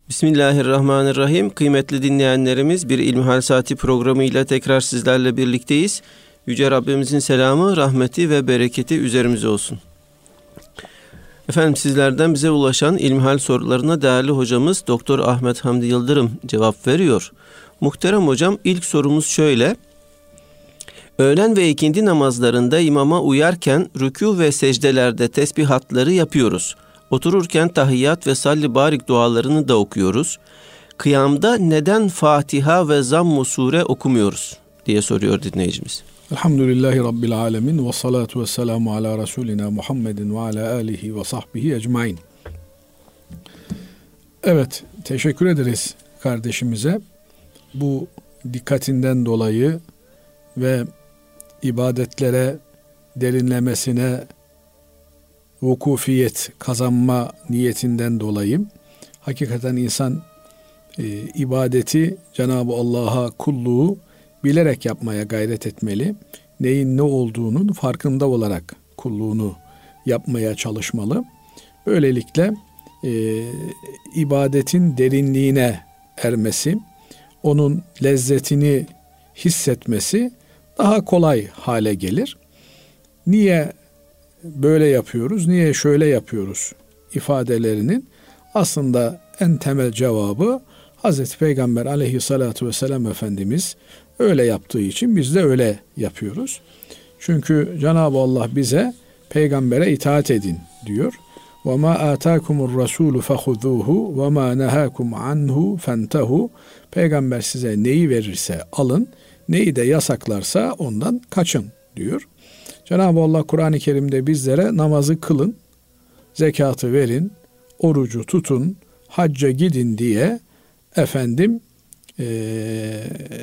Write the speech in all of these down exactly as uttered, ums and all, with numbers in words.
Bismillahirrahmanirrahim. Kıymetli dinleyenlerimiz, bir İlmihal Saati programıyla tekrar sizlerle birlikteyiz. Yüce Rabbimizin selamı, rahmeti ve bereketi üzerimize olsun. Efendim, sizlerden bize ulaşan İlmihal sorularına değerli hocamız Doktor Ahmet Hamdi Yıldırım cevap veriyor. Muhterem hocam, ilk sorumuz şöyle. Öğlen ve ikindi namazlarında imama uyarken rükû ve secdelerde tesbihatları yapıyoruz. Otururken tahiyyat ve salli barik dualarını da okuyoruz. Kıyamda neden Fatiha ve Zamm-ı Sure okumuyoruz diye soruyor dinleyicimiz. Elhamdülillahi Rabbil alemin ve salatu ve selamu ala Resulina Muhammedin ve ala alihi ve sahbihi ecmain. Evet, teşekkür ederiz kardeşimize. Bu dikkatinden dolayı ve ibadetlere derinlemesine vukufiyet kazanma niyetinden dolayı hakikaten insan e, ibadeti Cenab-ı Allah'a kulluğu bilerek yapmaya gayret etmeli. Neyin ne olduğunun farkında olarak kulluğunu yapmaya çalışmalı. Böylelikle e, ibadetin derinliğine ermesi, onun lezzetini hissetmesi daha kolay hale gelir. Niye böyle yapıyoruz, niye şöyle yapıyoruz ifadelerinin aslında en temel cevabı Hazreti Peygamber aleyhissalatu vesselam Efendimiz öyle yaptığı için biz de öyle yapıyoruz. Çünkü Cenab-ı Allah bize peygambere itaat edin diyor. وَمَا آتَاكُمُ الرَّسُولُ فَخُذُوهُ وَمَا نَهَاكُمْ عَنْهُ فَانْتَهُ. Peygamber size neyi verirse alın, neyi de yasaklarsa ondan kaçın diyor. Cenab-ı Allah Kur'an-ı Kerim'de bizlere namazı kılın, zekatı verin, orucu tutun, hacca gidin diye efendim e,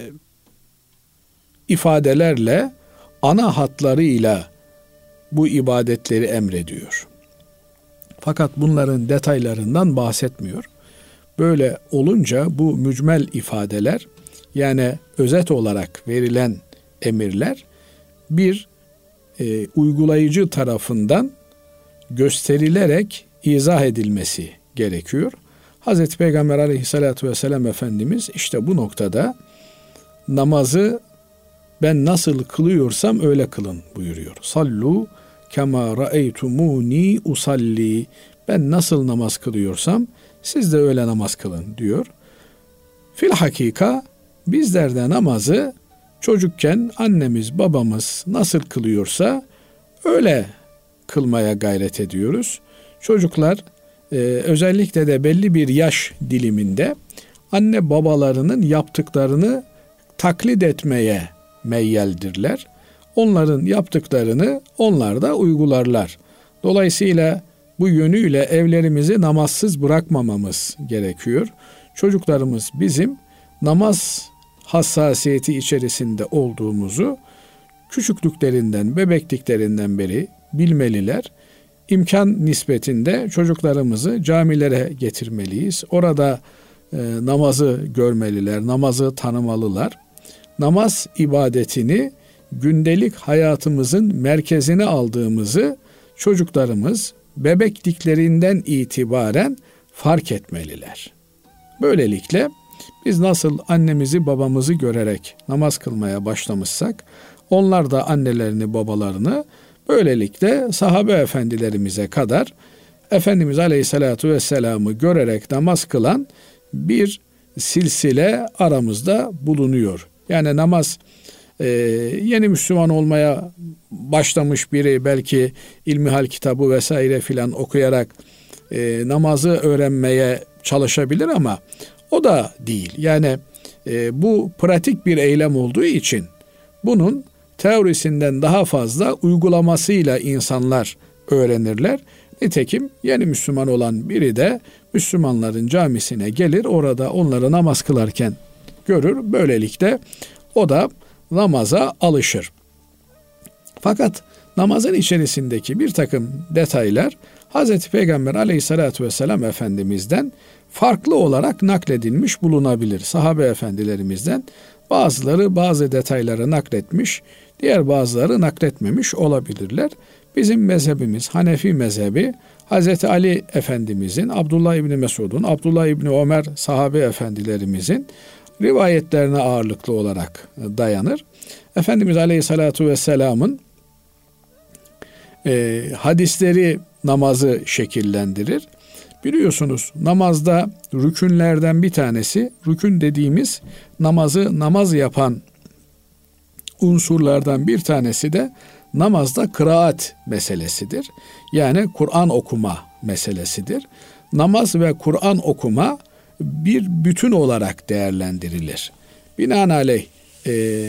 ifadelerle, ana hatlarıyla bu ibadetleri emrediyor. Fakat bunların detaylarından bahsetmiyor. Böyle olunca bu mücmel ifadeler, yani özet olarak verilen emirler bir e, uygulayıcı tarafından gösterilerek izah edilmesi gerekiyor. Hazreti Peygamber aleyhissalatu vesselam Efendimiz işte bu noktada namazı ben nasıl kılıyorsam öyle kılın buyuruyor. Sallu kema ra'eytumuni usalli. Ben nasıl namaz kılıyorsam siz de öyle namaz kılın diyor. Fil hakika bizler de namazı çocukken annemiz babamız nasıl kılıyorsa öyle kılmaya gayret ediyoruz. Çocuklar e, özellikle de belli bir yaş diliminde anne babalarının yaptıklarını taklit etmeye meyyaldirler. Onların yaptıklarını onlar da uygularlar. Dolayısıyla bu yönüyle evlerimizi namazsız bırakmamamız gerekiyor. Çocuklarımız bizim namaz hassasiyeti içerisinde olduğumuzu küçüklüklerinden, bebekliklerinden beri bilmeliler. İmkan nispetinde çocuklarımızı camilere getirmeliyiz. Orada e, namazı görmeliler, namazı tanımalılar. Namaz ibadetini gündelik hayatımızın merkezine aldığımızı çocuklarımız bebekliklerinden itibaren fark etmeliler. Böylelikle biz nasıl annemizi babamızı görerek namaz kılmaya başlamışsak, onlar da annelerini babalarını böylelikle sahabe efendilerimize kadar Efendimiz Aleyhisselatü Vesselam'ı görerek namaz kılan bir silsile aramızda bulunuyor. Yani namaz e, yeni Müslüman olmaya başlamış biri belki İlmihal kitabı vesaire filan okuyarak e, namazı öğrenmeye çalışabilir ama o da değil. Yani e, bu pratik bir eylem olduğu için bunun teorisinden daha fazla uygulamasıyla insanlar öğrenirler. Nitekim yeni Müslüman olan biri de Müslümanların camisine gelir, orada onları namaz kılarken görür. Böylelikle o da namaza alışır. Fakat namazın içerisindeki bir takım detaylar Hazreti Peygamber Aleyhisselatü Vesselam Efendimiz'den farklı olarak nakledilmiş bulunabilir. Sahabe efendilerimizden bazıları bazı detayları nakletmiş, diğer bazıları nakletmemiş olabilirler. Bizim mezhebimiz Hanefi mezhebi Hazreti Ali Efendimizin, Abdullah İbni Mesud'un, Abdullah İbni Ömer sahabe efendilerimizin rivayetlerine ağırlıklı olarak dayanır. Efendimiz Aleyhisselatü Vesselam'ın e, hadisleri namazı şekillendirir. Biliyorsunuz namazda rükünlerden bir tanesi, rükün dediğimiz namazı namaz yapan unsurlardan bir tanesi de namazda kıraat meselesidir. Yani Kur'an okuma meselesidir. Namaz ve Kur'an okuma bir bütün olarak değerlendirilir. Binaenaleyh e,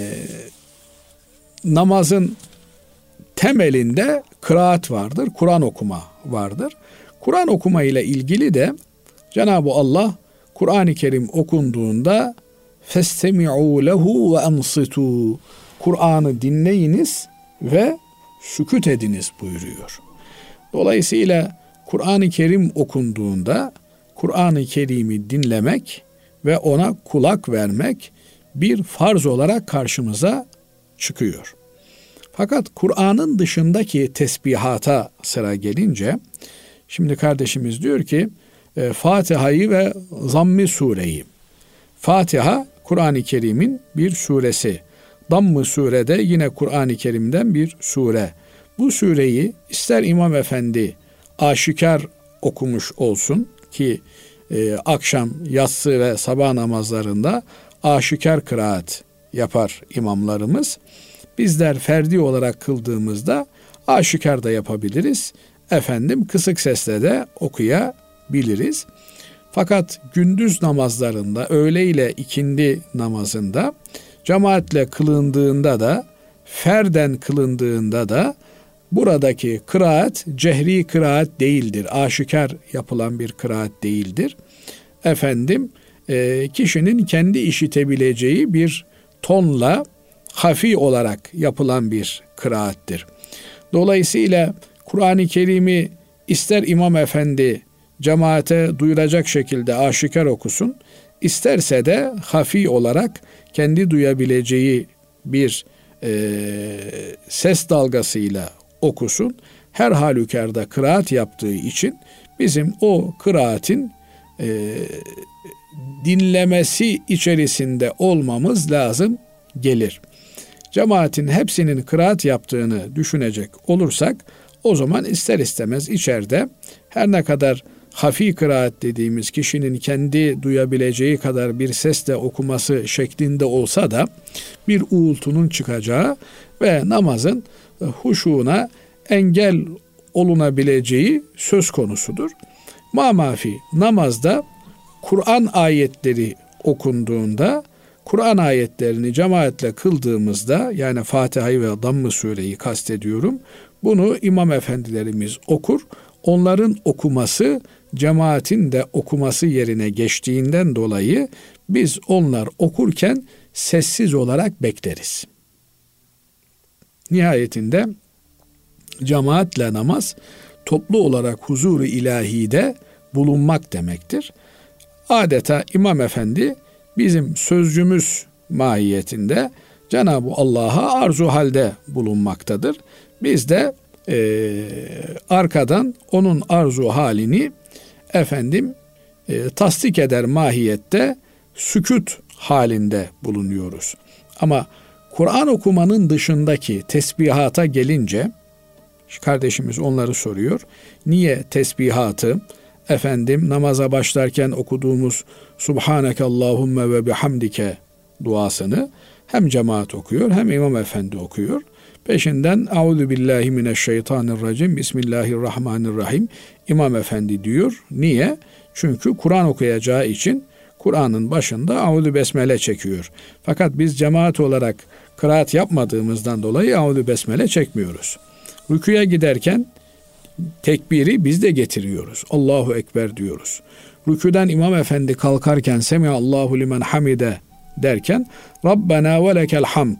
namazın temelinde kıraat vardır, Kur'an okuma vardır. Kur'an okuma ile ilgili de Cenab-ı Allah Kur'an-ı Kerim okunduğunda فَاسْتَمِعُوا لَهُ وَاَنْصِتُوا Kur'an'ı dinleyiniz ve sükût ediniz buyuruyor. Dolayısıyla Kur'an-ı Kerim okunduğunda Kur'an-ı Kerim'i dinlemek ve ona kulak vermek bir farz olarak karşımıza çıkıyor. Fakat Kur'an'ın dışındaki tesbihata sıra gelince, şimdi kardeşimiz diyor ki Fatiha'yı ve Zamm-ı Sure'yi. Fatiha Kur'an-ı Kerim'in bir suresi. Damm-ı Sure'de yine Kur'an-ı Kerim'den bir sure. Bu sureyi ister İmam Efendi aşikar okumuş olsun ki e, akşam, yatsı ve sabah namazlarında aşikar kıraat yapar imamlarımız. Bizler ferdi olarak kıldığımızda aşikar da yapabiliriz. Efendim kısık sesle de okuyabiliriz. Fakat gündüz namazlarında, öğle ile ikindi namazında, cemaatle kılındığında da, ferden kılındığında da buradaki kıraat cehri kıraat değildir. Aşikar yapılan bir kıraat değildir. Efendim e, kişinin kendi işitebileceği bir tonla hafi olarak yapılan bir kıraattir. Dolayısıyla Kur'an-ı Kerim'i ister İmam Efendi cemaate duyuracak şekilde aşikar okusun, isterse de hafi olarak kendi duyabileceği bir e, ses dalgasıyla okusun. Her halükarda kıraat yaptığı için bizim o kıraatin e, dinlemesi içerisinde olmamız lazım gelir. Cemaatin hepsinin kıraat yaptığını düşünecek olursak o zaman ister istemez içeride her ne kadar hafi kıraat dediğimiz kişinin kendi duyabileceği kadar bir sesle okuması şeklinde olsa da bir uğultunun çıkacağı ve namazın huşuğuna engel olunabileceği söz konusudur. Mamafi namazda Kur'an ayetleri okunduğunda, Kur'an ayetlerini cemaatle kıldığımızda, yani Fatiha'yı ve Damm-ı Sure'yi kastediyorum, bunu imam efendilerimiz okur. Onların okuması cemaatin de okuması yerine geçtiğinden dolayı biz onlar okurken sessiz olarak bekleriz. Nihayetinde cemaatle namaz toplu olarak huzur-u ilahide bulunmak demektir. Adeta İmam Efendi bizim sözcümüz mahiyetinde Cenab-ı Allah'a arzu halde bulunmaktadır. Biz de e, arkadan onun arzu halini efendim e, tasdik eder mahiyette sükût halinde bulunuyoruz. Ama Kur'an okumanın dışındaki tesbihata gelince kardeşimiz onları soruyor. Niye tesbihatı efendim namaza başlarken okuduğumuz Subhaneke Allahümme ve bihamdike duasını hem cemaat okuyor hem İmam Efendi okuyor. Peşinden Euzu billahi mineşşeytanirracim Bismillahirrahmanirrahim İmam Efendi diyor. Niye? Çünkü Kur'an okuyacağı için Kur'an'ın başında Euzu besmele çekiyor. Fakat biz cemaat olarak kıraat yapmadığımızdan dolayı Euzu besmele çekmiyoruz. Rüküye giderken tekbiri biz de getiriyoruz. Allahu Ekber diyoruz. Rüküden İmam Efendi kalkarken Semiallahu limen hamide derken Rabbena ve lekel hamd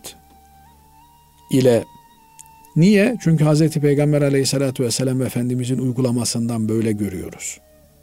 ile. Niye? Çünkü Hazreti Peygamber Aleyhisselatü Vesselam Efendimizin uygulamasından böyle görüyoruz.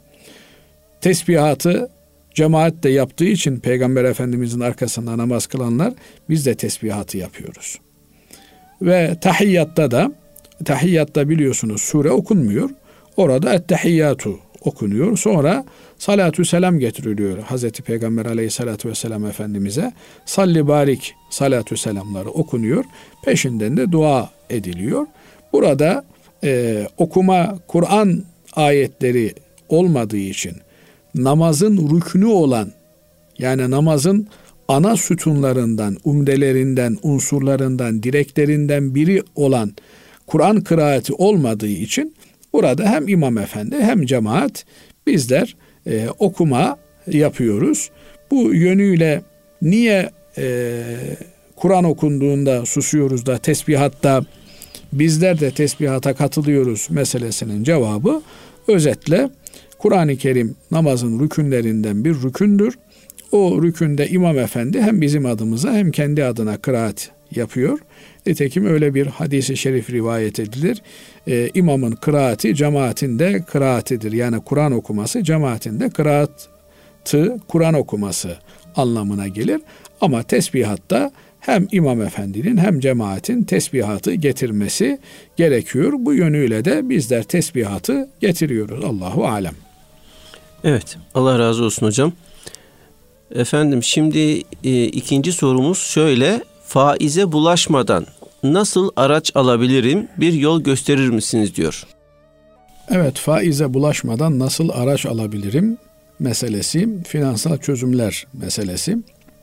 Tesbihatı cemaat de yaptığı için Peygamber Efendimizin arkasında namaz kılanlar biz de tesbihatı yapıyoruz. Ve tahiyyatta da tahiyyatta biliyorsunuz sure okunmuyor. Orada ettehiyyatu okunuyor. Sonra salatü selam getiriliyor Hazreti Peygamber aleyhissalatü vesselam Efendimiz'e. Salli barik salatü selamları okunuyor. Peşinden de dua ediliyor. Burada e, okuma Kur'an ayetleri olmadığı için namazın rüknü olan, yani namazın ana sütunlarından, umdelerinden, unsurlarından, direklerinden biri olan Kur'an kıraati olmadığı için burada hem imam efendi hem cemaat bizler e, okuma yapıyoruz. Bu yönüyle niye e, Kur'an okunduğunda susuyoruz da tesbihatta bizler de tesbihata katılıyoruz meselesinin cevabı özetle Kur'an-ı Kerim namazın rükünlerinden bir rükündür. O rükünde imam efendi hem bizim adımıza hem kendi adına kıraat yapıyor. Nitekim öyle bir hadis-i şerif rivayet edilir. Ee, imamın kıraati cemaatin de kıraatidir. Yani Kur'an okuması cemaatin de kıraatı, Kur'an okuması anlamına gelir. Ama tesbihatta hem imam efendinin hem cemaatin tesbihatı getirmesi gerekiyor. Bu yönüyle de bizler tesbihatı getiriyoruz. Allahu alem. Evet, Allah razı olsun hocam. Efendim şimdi e, ikinci sorumuz şöyle. Faize bulaşmadan nasıl araç alabilirim? Bir yol gösterir misiniz diyor. Evet, faize bulaşmadan nasıl araç alabilirim meselesi, finansal çözümler meselesi.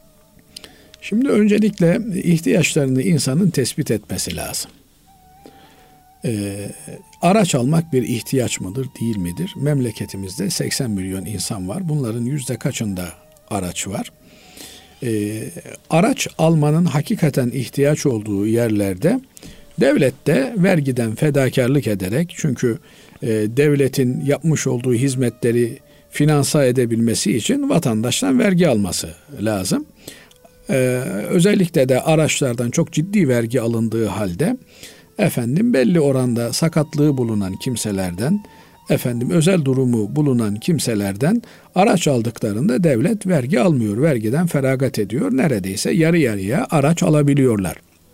Şimdi öncelikle ihtiyaçlarını insanın tespit etmesi lazım. Ee, araç almak bir ihtiyaç mıdır, değil midir? Memleketimizde seksen milyon insan var. Bunların yüzde kaçında araç var? Ee, araç almanın hakikaten ihtiyaç olduğu yerlerde devlet de vergiden fedakarlık ederek, çünkü e, devletin yapmış olduğu hizmetleri finanse edebilmesi için vatandaştan vergi alması lazım. Ee, özellikle de araçlardan çok ciddi vergi alındığı halde efendim belli oranda sakatlığı bulunan kimselerden, efendim özel durumu bulunan kimselerden araç aldıklarında devlet vergi almıyor, vergiden feragat ediyor. Neredeyse yarı yarıya araç alabiliyorlar.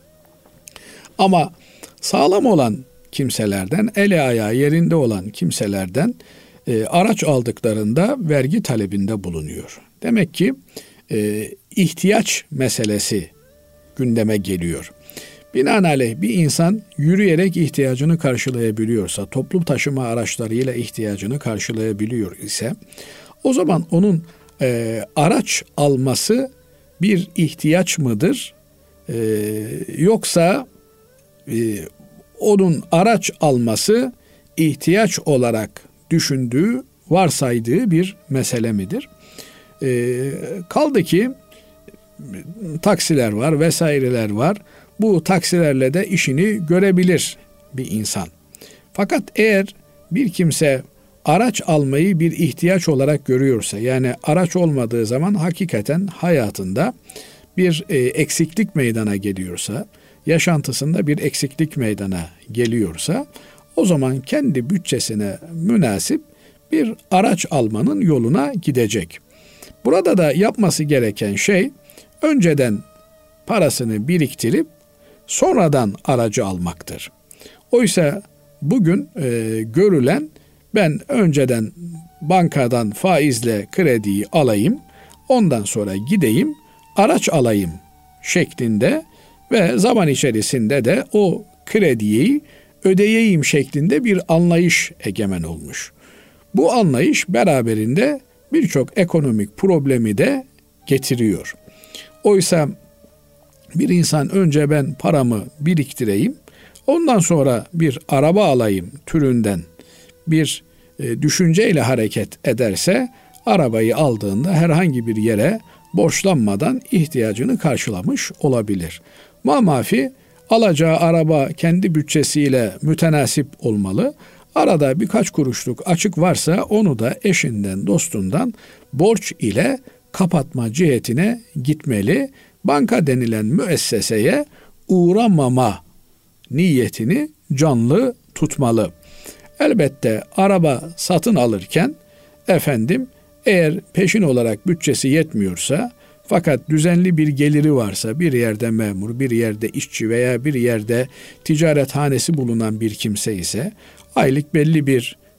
Ama sağlam olan kimselerden, eli ayağı yerinde olan kimselerden e, araç aldıklarında vergi talebinde bulunuyor. Demek ki e, ihtiyaç meselesi gündeme geliyor. Binaenaleyh bir insan yürüyerek ihtiyacını karşılayabiliyorsa, toplu taşıma araçlarıyla ihtiyacını karşılayabiliyor ise, o zaman onun e, araç alması bir ihtiyaç mıdır? E, yoksa e, onun araç alması ihtiyaç olarak düşündüğü, varsaydığı bir mesele midir? E, kaldı ki taksiler var, vesaireler var. Bu taksilerle de işini görebilir bir insan. Fakat eğer bir kimse araç almayı bir ihtiyaç olarak görüyorsa, yani araç olmadığı zaman hakikaten hayatında bir e, eksiklik meydana geliyorsa, yaşantısında bir eksiklik meydana geliyorsa, o zaman kendi bütçesine münasip bir araç almanın yoluna gidecek. Burada da yapması gereken şey, önceden parasını biriktirip sonradan aracı almaktır. Oysa bugün e, görülen, ben önceden bankadan faizle krediyi alayım, ondan sonra gideyim araç alayım şeklinde ve zaman içerisinde de o krediyi ödeyeyim şeklinde bir anlayış egemen olmuş. Bu anlayış beraberinde birçok ekonomik problemi de getiriyor. Oysa bir insan önce ben paramı biriktireyim, ondan sonra bir araba alayım türünden bir e, düşünceyle hareket ederse, arabayı aldığında herhangi bir yere borçlanmadan ihtiyacını karşılamış olabilir. Mamafi alacağı araba kendi bütçesiyle mütenasip olmalı. Arada birkaç kuruşluk açık varsa onu da eşinden, dostundan borç ile kapatma cihetine gitmeli. Banka denilen müesseseye uğramama niyetini canlı tutmalı. Elbette araba satın alırken efendim eğer peşin olarak bütçesi yetmiyorsa, fakat düzenli bir geliri varsa, bir yerde memur, bir yerde işçi veya bir yerde ticarethanesi bulunan bir kimse ise aylık belli bir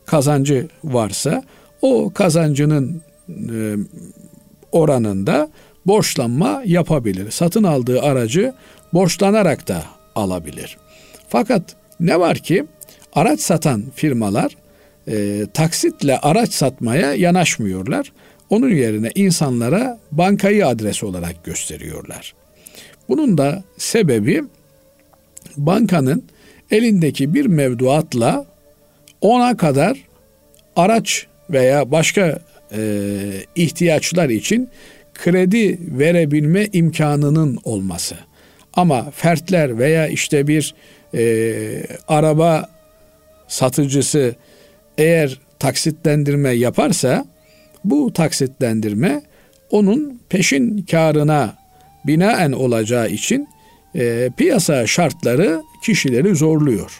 kazancı varsa o kazancının e, oranında borçlanma yapabilir. Satın aldığı aracı borçlanarak da alabilir. Fakat ne var ki araç satan firmalar e, taksitle araç satmaya yanaşmıyorlar. Onun yerine insanlara bankayı adres olarak gösteriyorlar. Bunun da sebebi bankanın elindeki bir mevduatla ona kadar araç veya başka e, ihtiyaçlar için kredi verebilme imkanının olması. Ama fertler veya işte bir e, araba satıcısı eğer taksitlendirme yaparsa bu taksitlendirme onun peşin karına binaen olacağı için e, piyasa şartları kişileri zorluyor.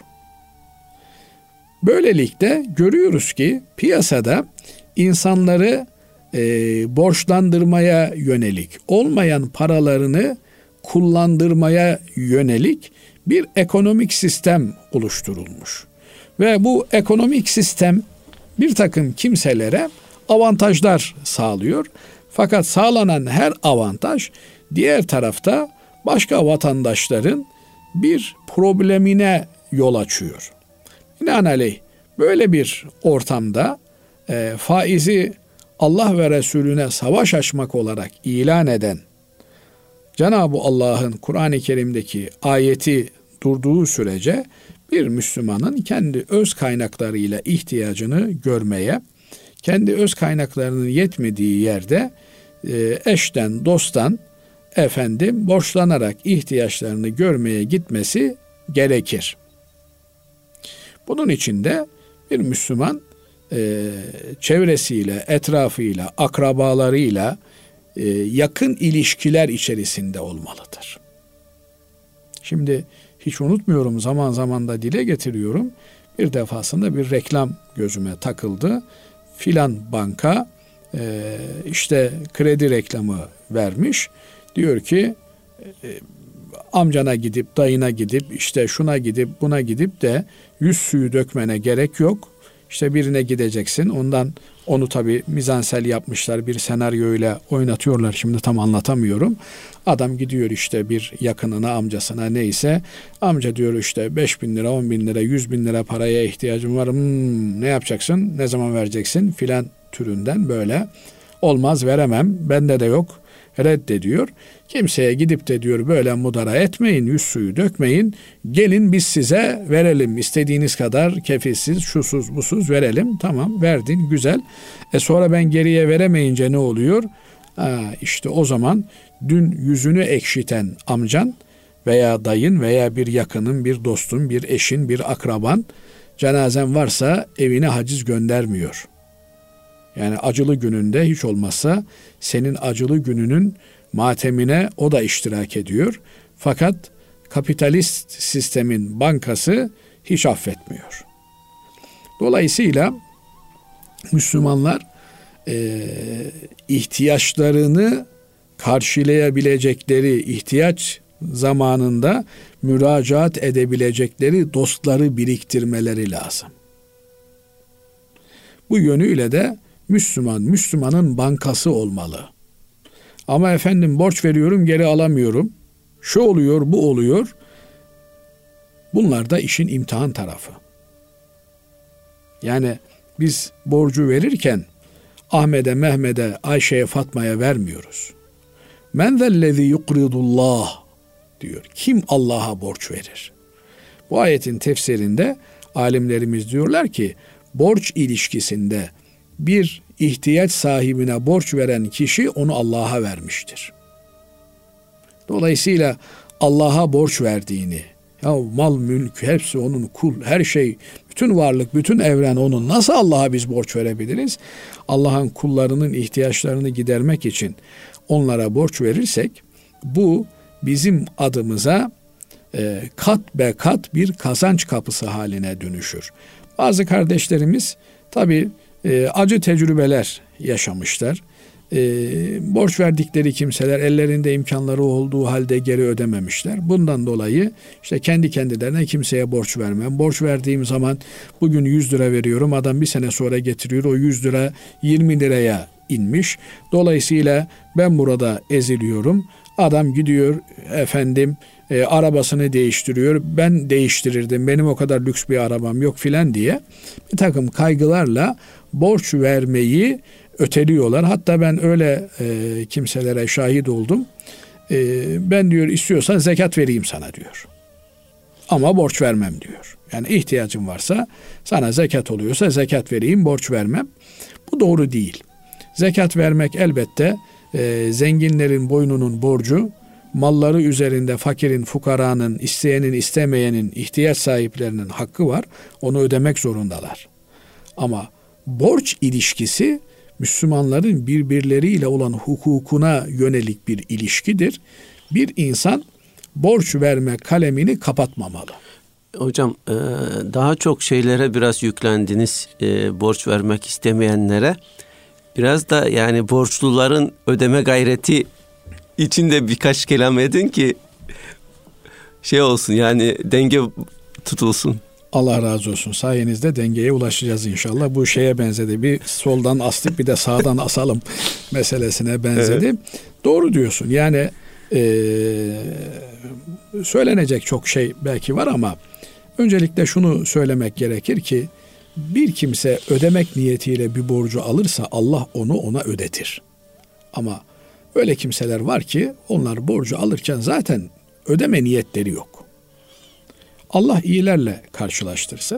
Böylelikle görüyoruz ki piyasada insanları e, borçlandırmaya yönelik, olmayan paralarını kullandırmaya yönelik bir ekonomik sistem oluşturulmuş. Ve bu ekonomik sistem bir takım kimselere avantajlar sağlıyor. Fakat sağlanan her avantaj diğer tarafta başka vatandaşların bir problemine yol açıyor. Binaenaleyh böyle bir ortamda e, faizi Allah ve Resulüne savaş açmak olarak ilan eden Cenab-ı Allah'ın Kur'an-ı Kerim'deki ayeti durduğu sürece bir Müslümanın kendi öz kaynaklarıyla ihtiyacını görmeye, kendi öz kaynaklarının yetmediği yerde e, eşten, dosttan efendim borçlanarak ihtiyaçlarını görmeye gitmesi gerekir. Bunun için de bir Müslüman e, çevresiyle, etrafıyla, akrabalarıyla e, yakın ilişkiler içerisinde olmalıdır. Şimdi hiç unutmuyorum, zaman zaman da dile getiriyorum. Bir defasında bir reklam gözüme takıldı. Filan banka e, işte kredi reklamı vermiş. Diyor ki e, amcana gidip, dayına gidip, işte şuna gidip, buna gidip de yüz suyu dökmene gerek yok. İşte birine gideceksin. Ondan onu tabii mizansel yapmışlar. Bir senaryoyla oynatıyorlar. Şimdi tam anlatamıyorum. Adam gidiyor işte bir yakınına, amcasına neyse. Amca diyor işte beş bin lira, on bin lira, yüz bin lira paraya ihtiyacım var. Hmm, ne yapacaksın? Ne zaman vereceksin? Filan türünden böyle. Olmaz, veremem. Bende de yok. Reddediyor. Kimseye gidip de diyor böyle mudara etmeyin, yüz suyu dökmeyin. Gelin biz size verelim. İstediğiniz kadar kefilsiz, şusuz, busuz verelim. Tamam, verdin, güzel. E sonra ben geriye veremeyince ne oluyor? Ha, işte o zaman dün yüzünü ekşiten amcan veya dayın veya bir yakının, bir dostun, bir eşin, bir akraban cenazen varsa evine haciz göndermiyor. Yani acılı gününde hiç olmazsa senin acılı gününün matemine o da iştirak ediyor. Fakat kapitalist sistemin bankası hiç affetmiyor. Dolayısıyla Müslümanlar e, ihtiyaçlarını karşılayabilecekleri, ihtiyaç zamanında müracaat edebilecekleri dostları biriktirmeleri lazım. Bu yönüyle de Müslüman, Müslümanın bankası olmalı. Ama efendim borç veriyorum, geri alamıyorum. Şu oluyor, bu oluyor. Bunlar da işin imtihan tarafı. Yani biz borcu verirken Ahmet'e, Mehmet'e, Ayşe'ye, Fatma'ya vermiyoruz. Men zellezî yukridullah diyor. Kim Allah'a borç verir? Bu ayetin tefsirinde alimlerimiz diyorlar ki borç ilişkisinde bir ihtiyaç sahibine borç veren kişi onu Allah'a vermiştir. Dolayısıyla Allah'a borç verdiğini, ya mal, mülk, hepsi onun, kul, her şey, bütün varlık, bütün evren onun. Nasıl Allah'a biz borç verebiliriz? Allah'ın kullarının ihtiyaçlarını gidermek için onlara borç verirsek, bu bizim adımıza e, kat be kat bir kazanç kapısı haline dönüşür. Bazı kardeşlerimiz tabii e, acı tecrübeler yaşamışlar. e, borç verdikleri kimseler ellerinde imkanları olduğu halde geri ödememişler. Bundan dolayı işte kendi kendilerine kimseye borç vermem. Borç verdiğim zaman bugün yüz lira veriyorum. Adam bir sene sonra getiriyor. O yüz lira yirmi liraya inmiş. Dolayısıyla ben burada eziliyorum. Adam gidiyor efendim e, arabasını değiştiriyor. Ben değiştirirdim. Benim o kadar lüks bir arabam yok filan diye bir takım kaygılarla borç vermeyi öteliyorlar. Hatta ben öyle e, kimselere şahit oldum. E, ben diyor istiyorsan zekat vereyim sana diyor. Ama borç vermem diyor. Yani ihtiyacın varsa sana zekat oluyorsa zekat vereyim, borç vermem. Bu doğru değil. Zekat vermek elbette e, zenginlerin boynunun borcu, malları üzerinde fakirin, fukaranın, isteyenin, istemeyenin, ihtiyaç sahiplerinin hakkı var. Onu ödemek zorundalar. Ama borç ilişkisi Müslümanların birbirleriyle olan hukukuna yönelik bir ilişkidir. Bir insan borç verme kalemini kapatmamalı. Hocam daha çok şeylere biraz yüklendiniz, borç vermek istemeyenlere. Biraz da yani borçluların ödeme gayreti içinde birkaç kelam edin ki şey olsun, yani denge tutulsun. Allah razı olsun. Sayenizde dengeye ulaşacağız inşallah. Bu şeye benzedi. Bir soldan astık bir de sağdan asalım meselesine benzedi. Evet. Doğru diyorsun. Yani e, söylenecek çok şey belki var ama öncelikle şunu söylemek gerekir ki bir kimse ödemek niyetiyle bir borcu alırsa Allah onu ona ödetir. Ama öyle kimseler var ki onlar borcu alırken zaten ödeme niyetleri yok. Allah iyilerle karşılaştırsın.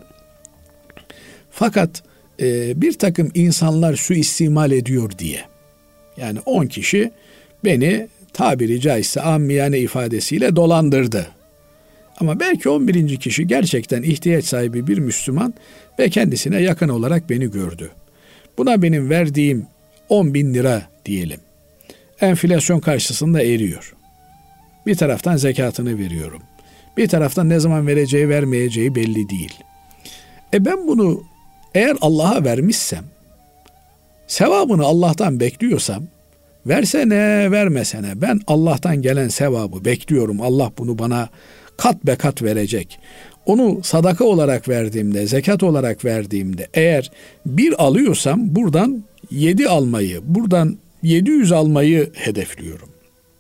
Fakat e, bir takım insanlar suistimal ediyor diye. Yani on kişi beni tabiri caizse ammiyane ifadesiyle dolandırdı. Ama belki on birinci kişi gerçekten ihtiyaç sahibi bir Müslüman ve kendisine yakın olarak beni gördü. Buna benim verdiğim on bin lira diyelim. Enflasyon karşısında eriyor. Bir taraftan zekatını veriyorum. Bir taraftan ne zaman vereceği vermeyeceği belli değil. E ben bunu eğer Allah'a vermişsem, sevabını Allah'tan bekliyorsam, versene vermesene ben Allah'tan gelen sevabı bekliyorum. Allah bunu bana kat be kat verecek. Onu sadaka olarak verdiğimde, zekat olarak verdiğimde eğer bir alıyorsam buradan yedi almayı, buradan yedi yüz almayı hedefliyorum.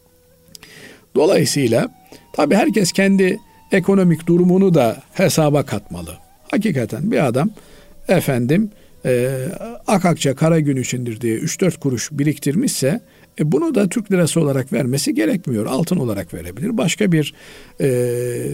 Dolayısıyla tabii herkes kendi ekonomik durumunu da hesaba katmalı. Hakikaten bir adam efendim e, Akakça kara gün içindir diye üç dört kuruş biriktirmişse e, bunu da Türk lirası olarak vermesi gerekmiyor. Altın olarak verebilir. Başka bir e,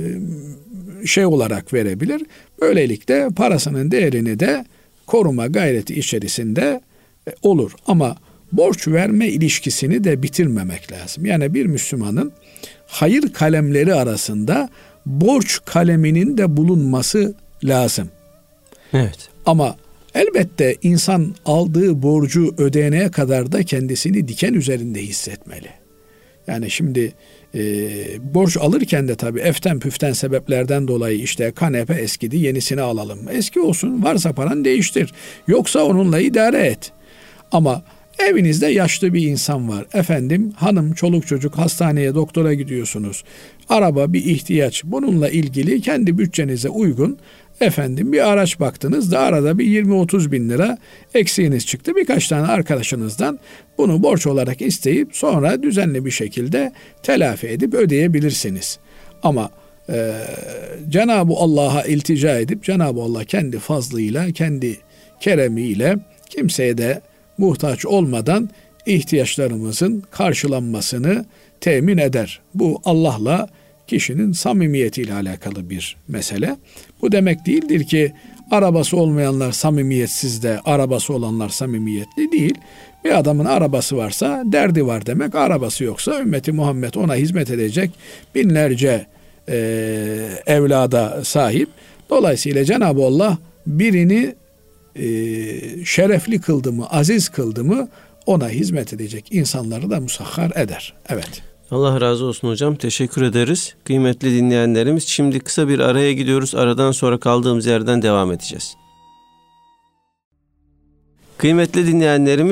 şey olarak verebilir. Böylelikle parasının değerini de koruma gayreti içerisinde e, olur. Ama borç verme ilişkisini de bitirmemek lazım. Yani bir Müslümanın hayır kalemleri arasında borç kaleminin de bulunması lazım. Evet. Ama elbette insan aldığı borcu ödeyene kadar da kendisini diken üzerinde hissetmeli. Yani şimdi e, borç alırken de tabii eften püften sebeplerden dolayı işte kanepe eskidi yenisini alalım. Eski olsun, varsa paran değiştir. Yoksa onunla idare et. Ama evinizde yaşlı bir insan var. Efendim hanım, çoluk çocuk hastaneye, doktora gidiyorsunuz. Araba bir ihtiyaç. Bununla ilgili kendi bütçenize uygun efendim bir araç baktınız da arada bir yirmi otuz bin lira eksiğiniz çıktı. Birkaç tane arkadaşınızdan bunu borç olarak isteyip sonra düzenli bir şekilde telafi edip ödeyebilirsiniz. Ama e, Cenab-ı Allah'a iltica edip Cenab-ı Allah kendi fazlıyla, kendi keremiyle kimseye de muhtaç olmadan ihtiyaçlarımızın karşılanmasını temin eder. Bu Allah'la kişinin samimiyetiyle alakalı bir mesele. Bu demek değildir ki arabası olmayanlar samimiyetsiz de arabası olanlar samimiyetli değil. Bir adamın arabası varsa derdi var demek. Arabası yoksa ümmeti Muhammed ona hizmet edecek binlerce e, evlada sahip. Dolayısıyla Cenab-ı Allah birini e, şerefli kıldı mı, aziz kıldı mı ona hizmet edecek insanları da musahhar eder. Evet. Allah razı olsun hocam. Teşekkür ederiz. Kıymetli dinleyenlerimiz, şimdi kısa bir araya gidiyoruz. Aradan sonra kaldığımız yerden devam edeceğiz. Kıymetli dinleyenlerimiz,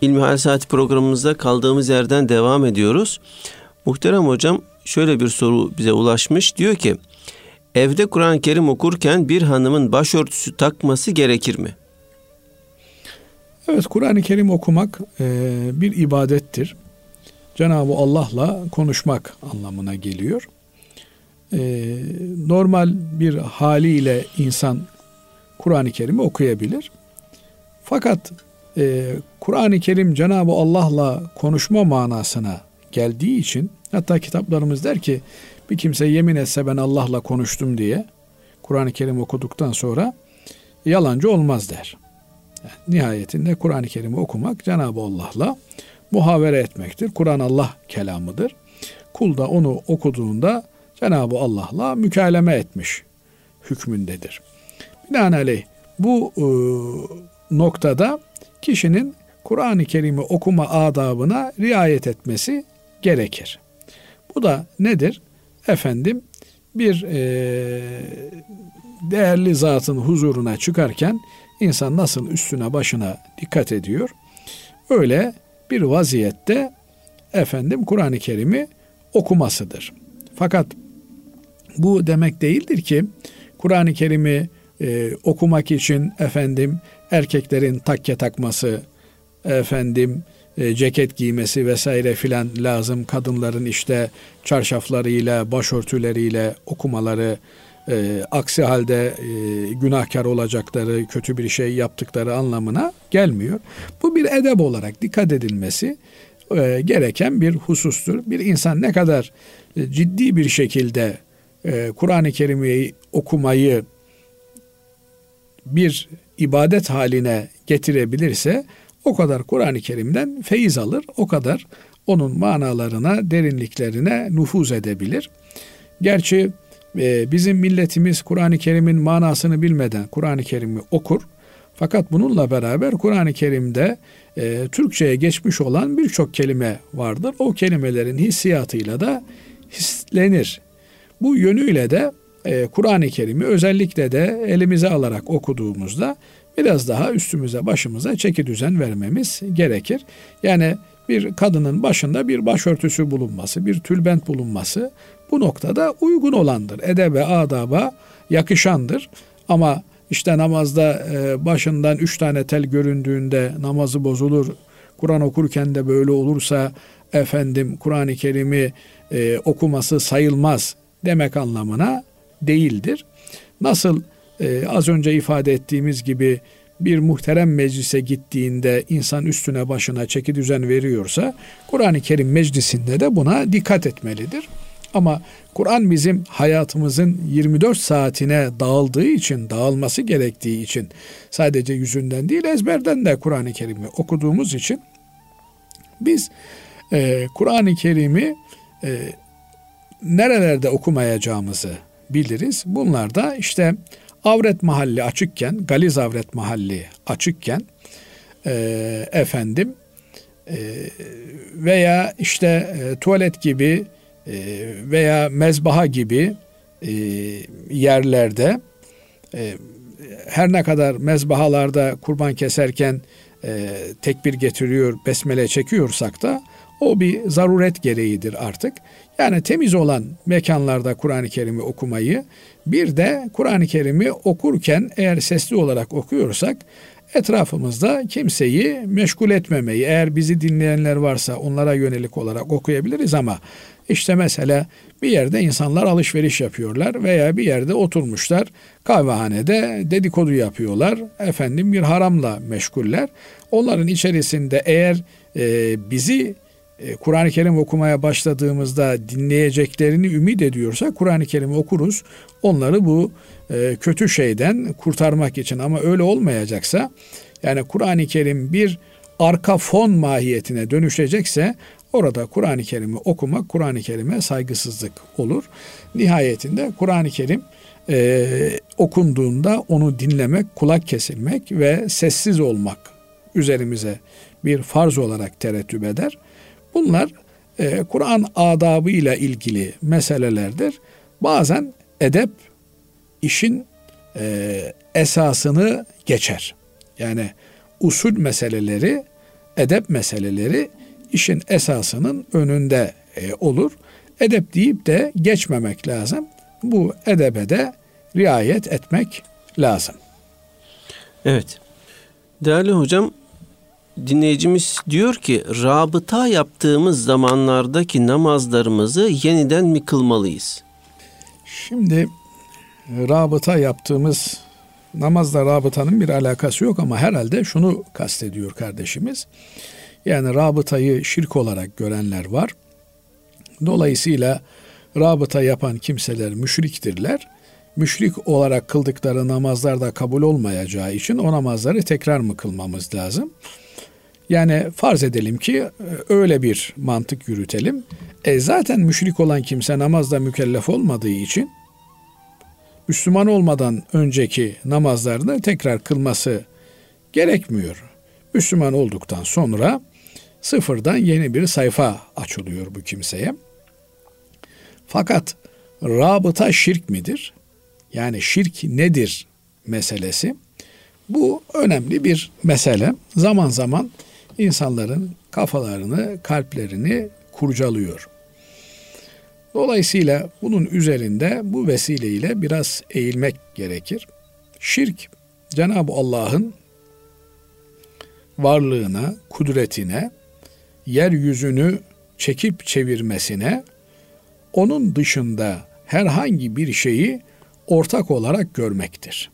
İlmihal Saati programımızda kaldığımız yerden devam ediyoruz. Muhterem hocam şöyle bir soru bize ulaşmış. Diyor ki, evde Kur'an-ı Kerim okurken bir hanımın başörtüsü takması gerekir mi? Evet, Kur'an-ı Kerim okumak e, bir ibadettir. Cenab-ı Allah'la konuşmak anlamına geliyor. E, normal bir haliyle insan Kur'an-ı Kerim'i okuyabilir. Fakat e, Kur'an-ı Kerim Cenab-ı Allah'la konuşma manasına geldiği için, hatta kitaplarımız der ki bir kimse yemin etse ben Allah'la konuştum diye Kur'an-ı Kerim okuduktan sonra yalancı olmaz der. Yani nihayetinde Kur'an-ı Kerim'i okumak Cenab-ı Allah'la muhavere etmektir. Kur'an Allah kelamıdır. Kul da onu okuduğunda Cenab-ı Allah'la mükaleme etmiş hükmündedir. Binaenaleyh bu e, noktada kişinin Kur'an-ı Kerim'i okuma adabına riayet etmesi gerekir. Bu da nedir? Efendim bir e, değerli zatın huzuruna çıkarken insan nasıl üstüne başına dikkat ediyor? Öyle bir vaziyette efendim Kur'an-ı Kerim'i okumasıdır. Fakat bu demek değildir ki Kur'an-ı Kerim'i e, okumak için efendim erkeklerin takke takması, efendim e, ceket giymesi vesaire filan lazım. Kadınların işte çarşaflarıyla, başörtüleriyle okumaları, e, aksi halde e, günahkar olacakları, kötü bir şey yaptıkları anlamına gelmiyor. Bu bir edep olarak dikkat edilmesi e, gereken bir husustur. Bir insan ne kadar e, ciddi bir şekilde e, Kur'an-ı Kerim'i okumayı bir ibadet haline getirebilirse o kadar Kur'an-ı Kerim'den feyiz alır, o kadar onun manalarına, derinliklerine nüfuz edebilir. Gerçi e, bizim milletimiz Kur'an-ı Kerim'in manasını bilmeden Kur'an-ı Kerim'i okur. Fakat bununla beraber Kur'an-ı Kerim'de e, Türkçe'ye geçmiş olan birçok kelime vardır. O kelimelerin hissiyatıyla da hislenir. Bu yönüyle de e, Kur'an-ı Kerim'i özellikle de elimize alarak okuduğumuzda biraz daha üstümüze başımıza çeki düzen vermemiz gerekir. Yani bir kadının başında bir başörtüsü bulunması, bir tülbent bulunması bu noktada uygun olandır. Edebe, adaba yakışandır. Ama işte namazda başından üç tane tel göründüğünde namazı bozulur. Kur'an okurken de böyle olursa efendim Kur'an-ı Kerim'i e, okuması sayılmaz demek anlamına değildir. Nasıl e, az önce ifade ettiğimiz gibi bir muhterem meclise gittiğinde insan üstüne başına çeki düzen veriyorsa Kur'an-ı Kerim meclisinde de buna dikkat etmelidir. Ama Kur'an bizim hayatımızın yirmi dört saatine dağıldığı için, dağılması gerektiği için sadece yüzünden değil ezberden de Kur'an-ı Kerim'i okuduğumuz için biz e, Kur'an-ı Kerim'i e, nerelerde okumayacağımızı biliriz. Bunlar da işte avret mahalli açıkken, galiz avret mahalli açıkken e, efendim e, veya işte e, tuvalet gibi e, veya mezbaha gibi e, yerlerde e, her ne kadar mezbahalarda kurban keserken e, tekbir getiriyor, besmele çekiyorsak da o bir zaruret gereğidir artık. Yani temiz olan mekanlarda Kur'an-ı Kerim'i okumayı, bir de Kur'an-ı Kerim'i okurken eğer sesli olarak okuyorsak etrafımızda kimseyi meşgul etmemeyi, eğer bizi dinleyenler varsa onlara yönelik olarak okuyabiliriz ama işte mesela bir yerde insanlar alışveriş yapıyorlar veya bir yerde oturmuşlar kahvehanede dedikodu yapıyorlar, efendim bir haramla meşguller. Onların içerisinde eğer e, bizi Kur'an-ı Kerim okumaya başladığımızda dinleyeceklerini ümit ediyorsa Kur'an-ı Kerim'i okuruz. Onları bu e, kötü şeyden kurtarmak için, ama öyle olmayacaksa yani Kur'an-ı Kerim bir arka fon mahiyetine dönüşecekse orada Kur'an-ı Kerim'i okumak Kur'an-ı Kerim'e saygısızlık olur. Nihayetinde Kur'an-ı Kerim e, okunduğunda onu dinlemek, kulak kesilmek ve sessiz olmak üzerimize bir farz olarak terettüp eder. Bunlar e, Kur'an adabıyla ilgili meselelerdir. Bazen edep işin e, esasını geçer. Yani usul meseleleri edep meseleleri işin esasının önünde e, olur. Edep deyip de geçmemek lazım. Bu edebe de riayet etmek lazım. Evet. Değerli hocam, dinleyicimiz diyor ki, rabıta yaptığımız zamanlardaki namazlarımızı yeniden mi kılmalıyız? Şimdi rabıta yaptığımız namazla rabıtanın bir alakası yok ama herhalde şunu kastediyor kardeşimiz. Yani rabıtayı şirk olarak görenler var. Dolayısıyla rabıta yapan kimseler müşriktirler. Müşrik olarak kıldıkları namazlar da kabul olmayacağı için o namazları tekrar mı kılmamız lazım? Yani farz edelim ki öyle bir mantık yürütelim. E zaten müşrik olan kimse namazda mükellef olmadığı için Müslüman olmadan önceki namazlarını tekrar kılması gerekmiyor. Müslüman olduktan sonra sıfırdan yeni bir sayfa açılıyor bu kimseye. Fakat rabıta şirk midir? Yani şirk nedir meselesi? Bu önemli bir mesele. Zaman zaman insanların kafalarını, kalplerini kurcalıyor. Dolayısıyla bunun üzerinde bu vesileyle biraz eğilmek gerekir. Şirk, Cenab-ı Allah'ın varlığına, kudretine, yeryüzünü çekip çevirmesine, onun dışında herhangi bir şeyi ortak olarak görmektir.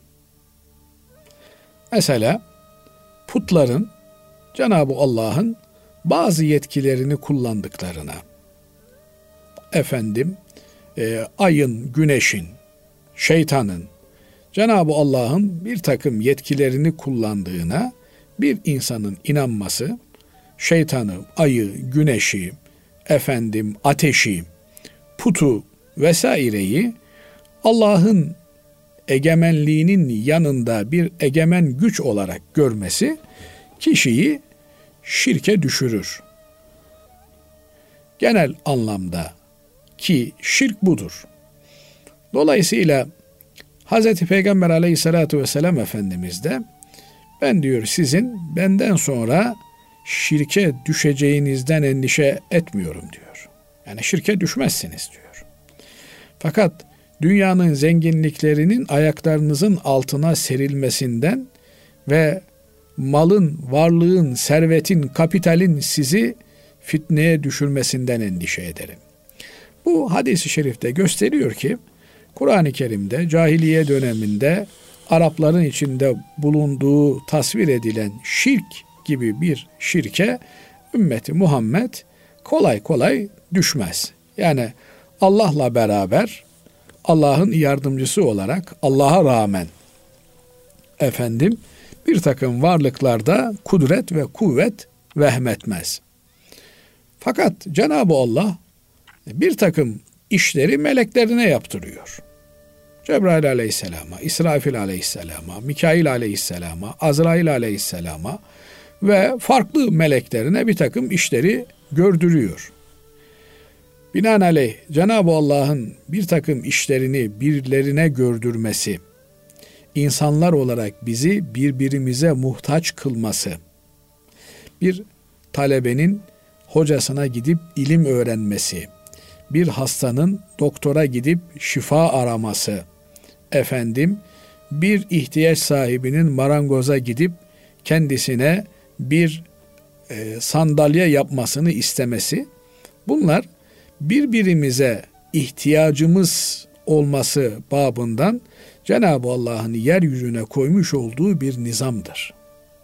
Mesela putların Cenab-ı Allah'ın bazı yetkilerini kullandıklarına, efendim e, ayın, güneşin, şeytanın Cenab-ı Allah'ın bir takım yetkilerini kullandığına bir insanın inanması, şeytanı, ayı, güneşi, efendim ateşi, putu vesaireyi Allah'ın egemenliğinin yanında bir egemen güç olarak görmesi kişiyi şirke düşürür. Genel anlamda ki şirk budur. Dolayısıyla Hz. Peygamber aleyhissalatu vesselam Efendimiz de ben diyor sizin benden sonra şirke düşeceğinizden endişe etmiyorum diyor. Yani şirke düşmezsiniz diyor. Fakat dünyanın zenginliklerinin ayaklarınızın altına serilmesinden ve malın, varlığın, servetin, kapitalin sizi fitneye düşürmesinden endişe ederim. Bu hadis-i şerifte gösteriyor ki Kur'an-ı Kerim'de cahiliye döneminde Arapların içinde bulunduğu tasvir edilen şirk gibi bir şirke ümmeti Muhammed kolay kolay düşmez. Yani Allah'la beraber Allah'ın yardımcısı olarak Allah'a rağmen efendim bir takım varlıklarda kudret ve kuvvet vehmetmez. Fakat Cenab-ı Allah bir takım işleri meleklerine yaptırıyor. Cebrail aleyhisselama, İsrafil aleyhisselama, Mikail aleyhisselama, Azrail aleyhisselama ve farklı meleklerine bir takım işleri gördürüyor. Binaenaleyh Cenab-ı Allah'ın bir takım işlerini birilerine gördürmesi, insanlar olarak bizi birbirimize muhtaç kılması, bir talebenin hocasına gidip ilim öğrenmesi, bir hastanın doktora gidip şifa araması, efendim bir ihtiyaç sahibinin marangoza gidip kendisine bir e, sandalye yapmasını istemesi, bunlar birbirimize ihtiyacımız olması babından Cenab-ı Allah'ın yeryüzüne koymuş olduğu bir nizamdır.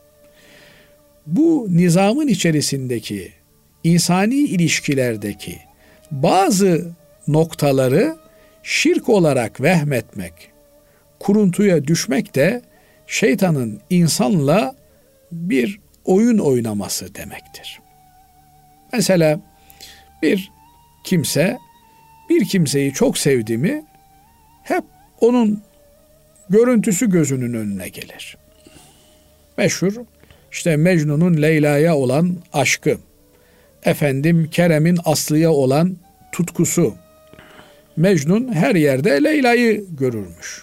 Bu nizamın içerisindeki insani ilişkilerdeki bazı noktaları şirk olarak vehmetmek, kuruntuya düşmek de şeytanın insanla bir oyun oynaması demektir. Mesela bir kimse bir kimseyi çok sevdi mi hep onun görüntüsü gözünün önüne gelir. Meşhur işte Mecnun'un Leyla'ya olan aşkı, efendim Kerem'in Aslı'ya olan tutkusu. Mecnun her yerde Leyla'yı görürmüş.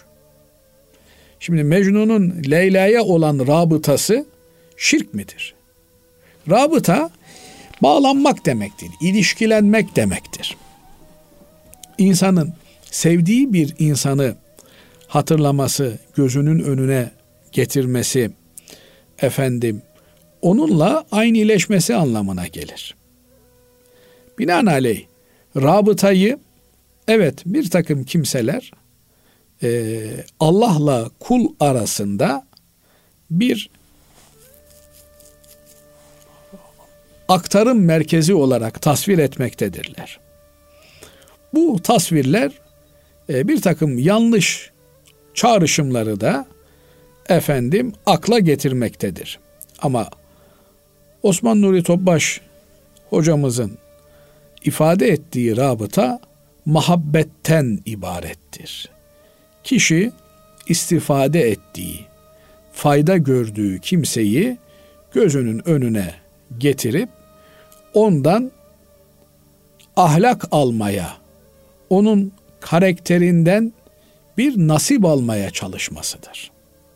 Şimdi Mecnun'un Leyla'ya olan rabıtası şirk midir? Rabıta bağlanmak demektir, ilişkilenmek demektir. İnsanın sevdiği bir insanı hatırlaması, gözünün önüne getirmesi, efendim, onunla aynıleşmesi anlamına gelir. Binaenaleyh rabıtayı, evet, bir takım kimseler e, Allah'la kul arasında bir aktarım merkezi olarak tasvir etmektedirler. Bu tasvirler e, bir takım yanlış çağrışımları da efendim akla getirmektedir. Ama Osman Nuri Topbaş hocamızın ifade ettiği rabıta muhabbetten ibarettir. Kişi istifade ettiği, fayda gördüğü kimseyi gözünün önüne getirip ondan ahlak almaya, onun karakterinden bir nasip almaya çalışmasıdır.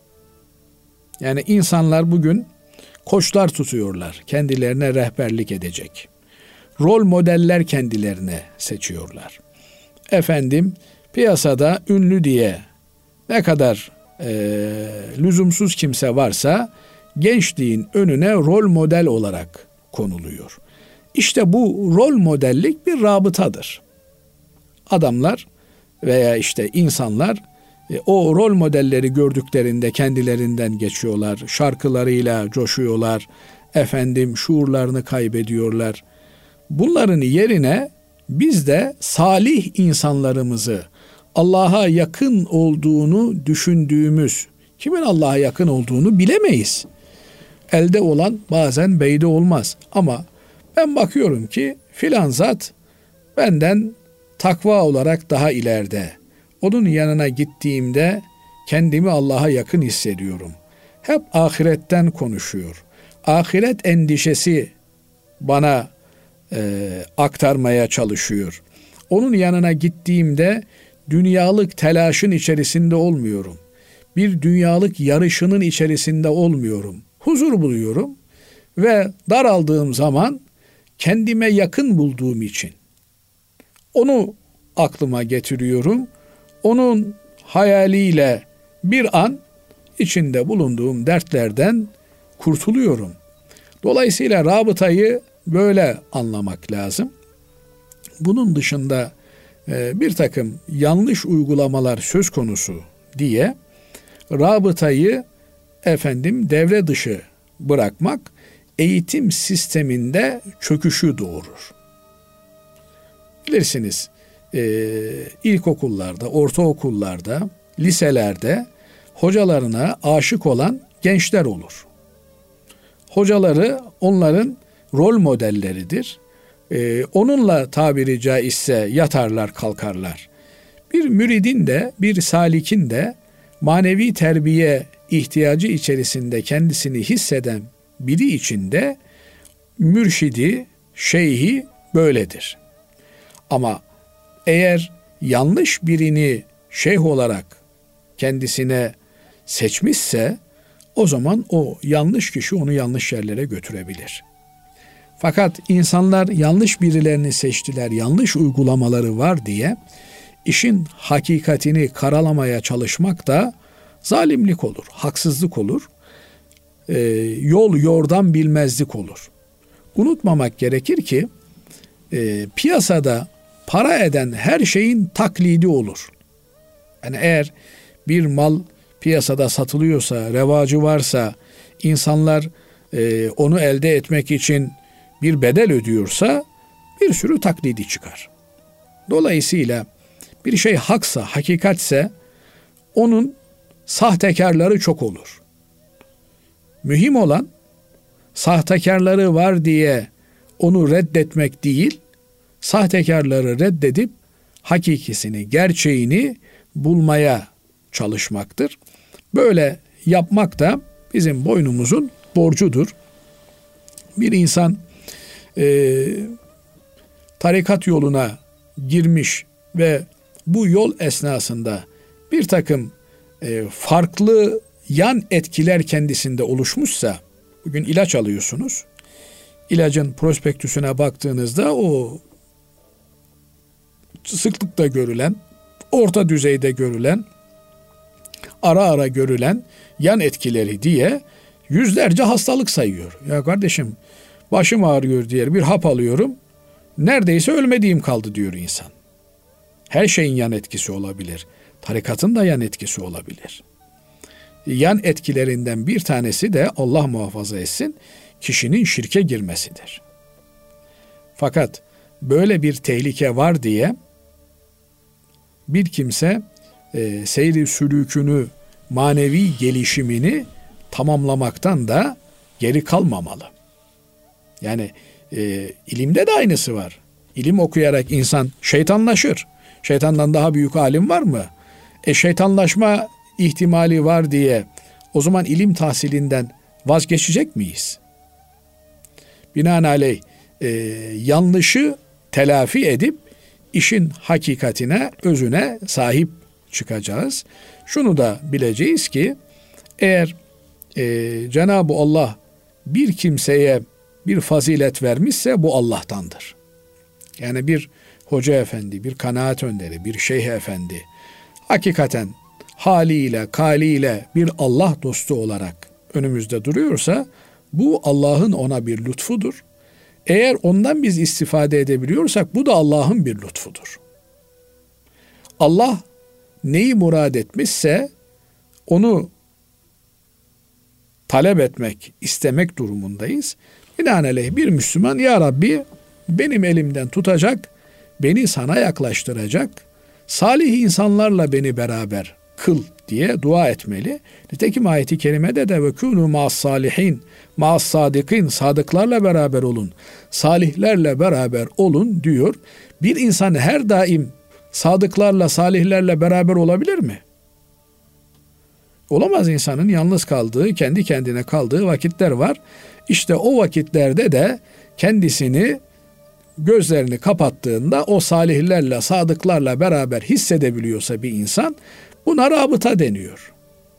Yani insanlar bugün koçlar tutuyorlar, kendilerine rehberlik edecek. Rol modeller kendilerine seçiyorlar. Efendim, piyasada ünlü diye ne kadar e, lüzumsuz kimse varsa gençliğin önüne rol model olarak konuluyor. İşte bu rol modellik bir rabıtadır. Adamlar veya işte insanlar e, o rol modelleri gördüklerinde kendilerinden geçiyorlar. Şarkılarıyla coşuyorlar. Efendim, şuurlarını kaybediyorlar. Bunların yerine biz de salih insanlarımızı, Allah'a yakın olduğunu düşündüğümüz, kimin Allah'a yakın olduğunu bilemeyiz. Elde olan bazen beyde olmaz. Ama ben bakıyorum ki filan zat benden takva olarak daha ileride. Onun yanına gittiğimde kendimi Allah'a yakın hissediyorum. Hep ahiretten konuşuyor. Ahiret endişesi bana e, aktarmaya çalışıyor. Onun yanına gittiğimde dünyalık telaşın içerisinde olmuyorum. Bir dünyalık yarışının içerisinde olmuyorum. Huzur buluyorum ve daraldığım zaman kendime yakın bulduğum için onu aklıma getiriyorum. Onun hayaliyle bir an içinde bulunduğum dertlerden kurtuluyorum. Dolayısıyla rabıtayı böyle anlamak lazım. Bunun dışında e, bir takım yanlış uygulamalar söz konusu diye rabıtayı efendim devre dışı bırakmak eğitim sisteminde çöküşü doğurur. Bilirsiniz, e, ilkokullarda, ortaokullarda, liselerde hocalarına aşık olan gençler olur. Hocaları onların rol modelleridir. Ee, onunla tabiri caizse yatarlar kalkarlar. Bir müridin de bir salikin de manevi terbiye ihtiyacı içerisinde kendisini hisseden biri için de mürşidi, şeyhi böyledir. Ama eğer yanlış birini şeyh olarak kendisine seçmişse o zaman o yanlış kişi onu yanlış yerlere götürebilir. Fakat insanlar yanlış birilerini seçtiler, yanlış uygulamaları var diye işin hakikatini karalamaya çalışmak da zalimlik olur, haksızlık olur, e, yol yordam bilmezlik olur. Unutmamak gerekir ki e, piyasada para eden her şeyin taklidi olur. Yani eğer bir mal piyasada satılıyorsa, revacı varsa, insanlar e, onu elde etmek için bir bedel ödüyorsa bir sürü taklidi çıkar. Dolayısıyla bir şey haksa, hakikatse onun sahtekarları çok olur. Mühim olan sahtekarları var diye onu reddetmek değil, sahtekarları reddedip hakikisini, gerçeğini bulmaya çalışmaktır. Böyle yapmak da bizim boynumuzun borcudur. Bir insan e, tarikat yoluna girmiş ve bu yol esnasında bir takım e, farklı yan etkiler kendisinde oluşmuşsa, bugün ilaç alıyorsunuz, ilacın prospektüsüne baktığınızda o sıklıkta görülen, orta düzeyde görülen, ara ara görülen yan etkileri diye yüzlerce hastalık sayıyor. Ya kardeşim, başım ağrıyor diye bir hap alıyorum, neredeyse ölmediğim kaldı diyor insan. Her şeyin yan etkisi olabilir. Tarikatın da yan etkisi olabilir. Yan etkilerinden bir tanesi de Allah muhafaza etsin, kişinin şirke girmesidir. Fakat böyle bir tehlike var diye bir kimse e, seyri sülükünü, manevi gelişimini tamamlamaktan da geri kalmamalı. Yani e, ilimde de aynısı var. İlim okuyarak insan şeytanlaşır. Şeytandan daha büyük alim var mı? E şeytanlaşma ihtimali var diye o zaman ilim tahsilinden vazgeçecek miyiz? Binaenaleyh e, yanlışı telafi edip işin hakikatine, özüne sahip çıkacağız. Şunu da bileceğiz ki eğer e, Cenab-ı Allah bir kimseye bir fazilet vermişse bu Allah'tandır. Yani bir hoca efendi, bir kanaat önderi, bir şeyh efendi hakikaten haliyle, kaliyle bir Allah dostu olarak önümüzde duruyorsa bu Allah'ın ona bir lütfudur. Eğer ondan biz istifade edebiliyorsak bu da Allah'ın bir lütfudur. Allah neyi murad etmişse onu talep etmek, istemek durumundayız. Binaenaleyh bir Müslüman, ya Rabbi benim elimden tutacak, beni sana yaklaştıracak, salih insanlarla beni beraber kıl diye dua etmeli. Nitekim ayeti kerimede de ve kûnû ma'as salihin, ma'as sadikin, sadıklarla beraber olun, salihlerle beraber olun diyor. Bir insan her daim sadıklarla, salihlerle beraber olabilir mi? Olamaz. İnsanın yalnız kaldığı, kendi kendine kaldığı vakitler var. İşte o vakitlerde de kendisini, gözlerini kapattığında o salihlerle, sadıklarla beraber hissedebiliyorsa bir insan, buna rabıta deniyor.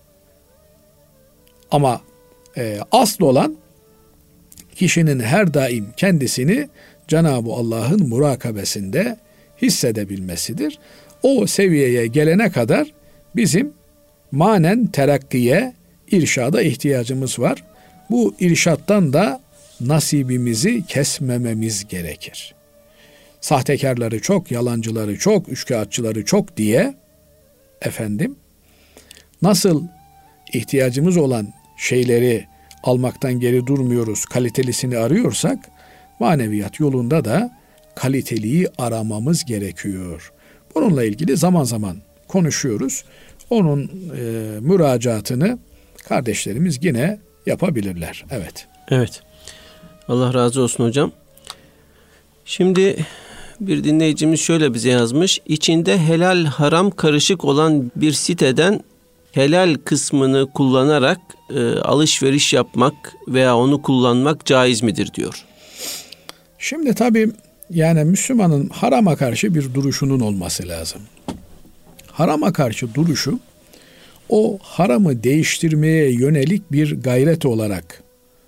Ama e, asıl olan kişinin her daim kendisini Cenab-ı Allah'ın murakabesinde hissedebilmesidir. O seviyeye gelene kadar bizim manen terakkiye, irşada ihtiyacımız var. Bu irşattan da nasibimizi kesmememiz gerekir. Sahtekarları çok, yalancıları çok, üçkağıtçıları çok diye efendim nasıl ihtiyacımız olan şeyleri almaktan geri durmuyoruz, kalitelisini arıyorsak maneviyat yolunda da kaliteliyi aramamız gerekiyor. Bununla ilgili zaman zaman konuşuyoruz. Onun e, müracaatını kardeşlerimiz yine yapabilirler. Evet. Evet. Allah razı olsun hocam. Şimdi bir dinleyicimiz şöyle bize yazmış. İçinde helal haram karışık olan bir siteden helal kısmını kullanarak e, alışveriş yapmak veya onu kullanmak caiz midir diyor. Şimdi tabii yani Müslümanın harama karşı bir duruşunun olması lazım. Harama karşı duruşu o haramı değiştirmeye yönelik bir gayret olarak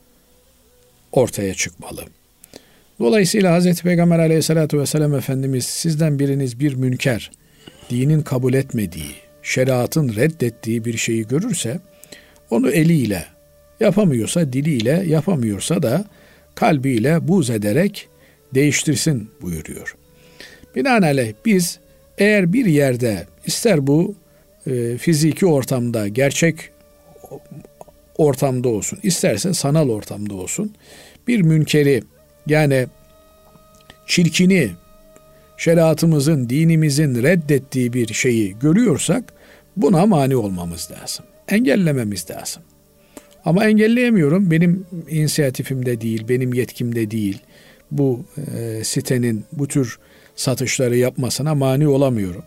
ortaya çıkmalı. Dolayısıyla Hazreti Peygamber Aleyhisselatü Vesselam Efendimiz sizden biriniz bir münker, dinin kabul etmediği, şeriatın reddettiği bir şeyi görürse onu eliyle, yapamıyorsa diliyle, yapamıyorsa da kalbiyle buğz ederek değiştirsin buyuruyor. Binaenaleyh biz eğer bir yerde ister bu e, fiziki ortamda, gerçek ortamda olsun, isterse sanal ortamda olsun, bir münkeri yani çirkini, şeriatımızın, dinimizin reddettiği bir şeyi görüyorsak buna mani olmamız lazım. Engellememiz lazım. Ama engelleyemiyorum. Benim inisiyatifimde değil, benim yetkimde değil. Bu e, sitenin bu tür satışları yapmasına mani olamıyorum.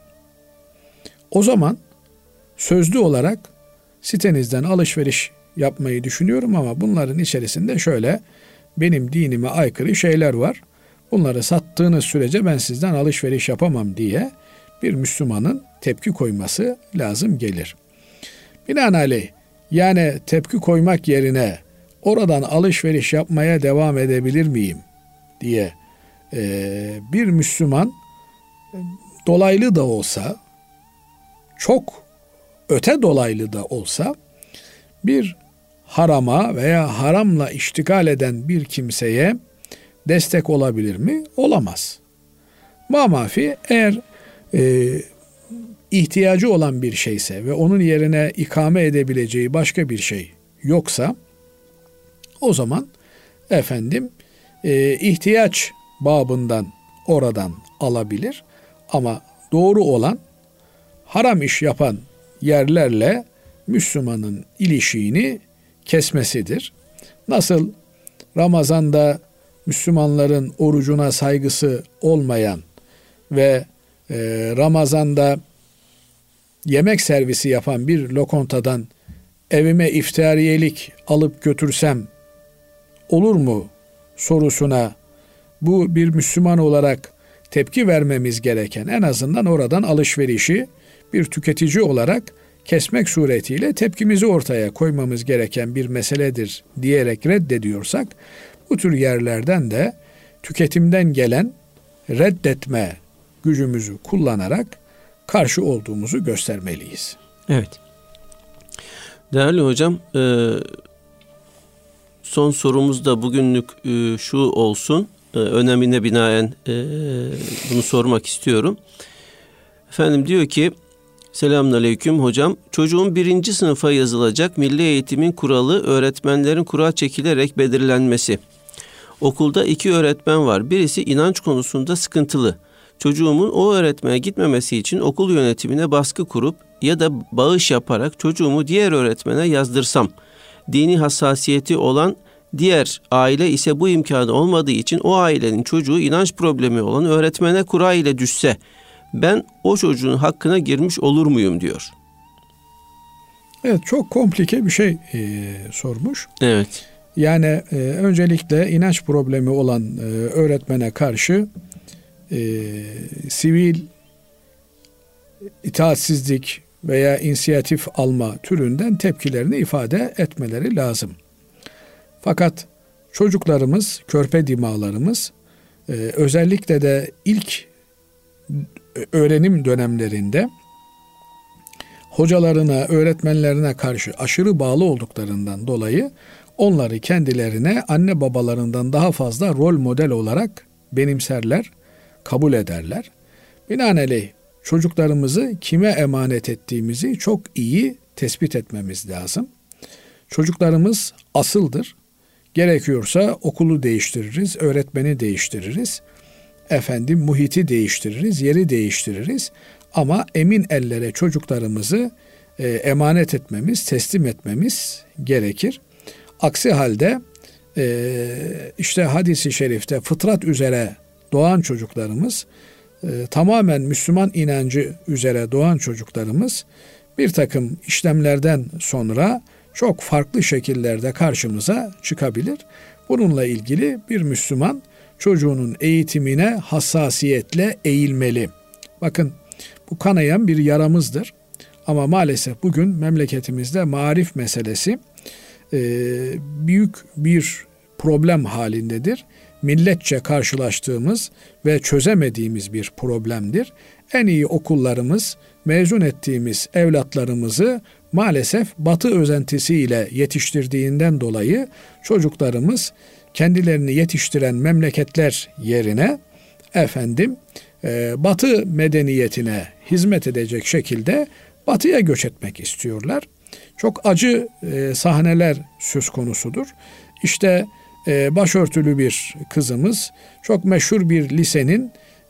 O zaman sözlü olarak sitenizden alışveriş yapmayı düşünüyorum ama bunların içerisinde şöyle benim dinime aykırı şeyler var. Bunları sattığınız sürece ben sizden alışveriş yapamam diye bir Müslümanın tepki koyması lazım gelir. Binaenaleyh yani tepki koymak yerine oradan alışveriş yapmaya devam edebilir miyim diye e, bir Müslüman dolaylı da olsa, çok öte dolaylı da olsa bir harama veya haramla iştigal eden bir kimseye destek olabilir mi? Olamaz. Mamafi eğer e, ihtiyacı olan bir şeyse ve onun yerine ikame edebileceği başka bir şey yoksa o zaman efendim e, ihtiyaç babından oradan alabilir. Ama doğru olan haram iş yapan yerlerle Müslümanın ilişiğini kesmesidir. Nasıl Ramazan'da Müslümanların orucuna saygısı olmayan ve e, Ramazan'da yemek servisi yapan bir lokantadan evime iftariyelik alıp götürsem olur mu sorusuna bu bir Müslüman olarak tepki vermemiz gereken, en azından oradan alışverişi bir tüketici olarak kesmek suretiyle tepkimizi ortaya koymamız gereken bir meseledir diyerek reddediyorsak, bu tür yerlerden de tüketimden gelen reddetme gücümüzü kullanarak karşı olduğumuzu göstermeliyiz. Evet. Değerli hocam, son sorumuz da bugünlük şu olsun. Önemine binaen bunu sormak istiyorum. Efendim diyor ki, selamünaleyküm hocam. Çocuğun birinci sınıfa yazılacak milli eğitimin kuralı öğretmenlerin kura çekilerek belirlenmesi. Okulda iki öğretmen var. Birisi inanç konusunda sıkıntılı. Çocuğumun o öğretmene gitmemesi için okul yönetimine baskı kurup ya da bağış yaparak çocuğumu diğer öğretmene yazdırsam, dini hassasiyeti olan diğer aile ise bu imkanı olmadığı için o ailenin çocuğu inanç problemi olan öğretmene kura ile düşse, ben o çocuğun hakkına girmiş olur muyum diyor. Evet, çok komplike bir şey e, sormuş. Evet. Yani e, öncelikle inanç problemi olan e, öğretmene karşı e, sivil itaatsizlik veya inisiyatif alma türünden tepkilerini ifade etmeleri lazım. Fakat çocuklarımız, körpe dimağlarımız e, özellikle de ilk öğrenim dönemlerinde hocalarına, öğretmenlerine karşı aşırı bağlı olduklarından dolayı onları kendilerine anne babalarından daha fazla rol model olarak benimserler, kabul ederler. Binaenaleyh çocuklarımızı kime emanet ettiğimizi çok iyi tespit etmemiz lazım. Çocuklarımız asıldır. Gerekiyorsa okulu değiştiririz, öğretmeni değiştiririz. Efendim muhiti değiştiririz, yeri değiştiririz. Ama emin ellere çocuklarımızı e, emanet etmemiz, teslim etmemiz gerekir. Aksi halde e, işte hadis-i şerifte fıtrat üzere doğan çocuklarımız, e, tamamen Müslüman inancı üzere doğan çocuklarımız bir takım işlemlerden sonra çok farklı şekillerde karşımıza çıkabilir. Bununla ilgili bir Müslüman çocuğunun eğitimine hassasiyetle eğilmeli. Bakın, bu kanayan bir yaramızdır. Ama maalesef bugün memleketimizde marif meselesi e, büyük bir problem halindedir. Milletçe karşılaştığımız ve çözemediğimiz bir problemdir. En iyi okullarımız, mezun ettiğimiz evlatlarımızı maalesef Batı özentisiyle yetiştirdiğinden dolayı çocuklarımız kendilerini yetiştiren memleketler yerine efendim e, Batı medeniyetine hizmet edecek şekilde Batı'ya göç etmek istiyorlar. Çok acı e, sahneler söz konusudur. İşte e, başörtülü bir kızımız çok meşhur bir lisenin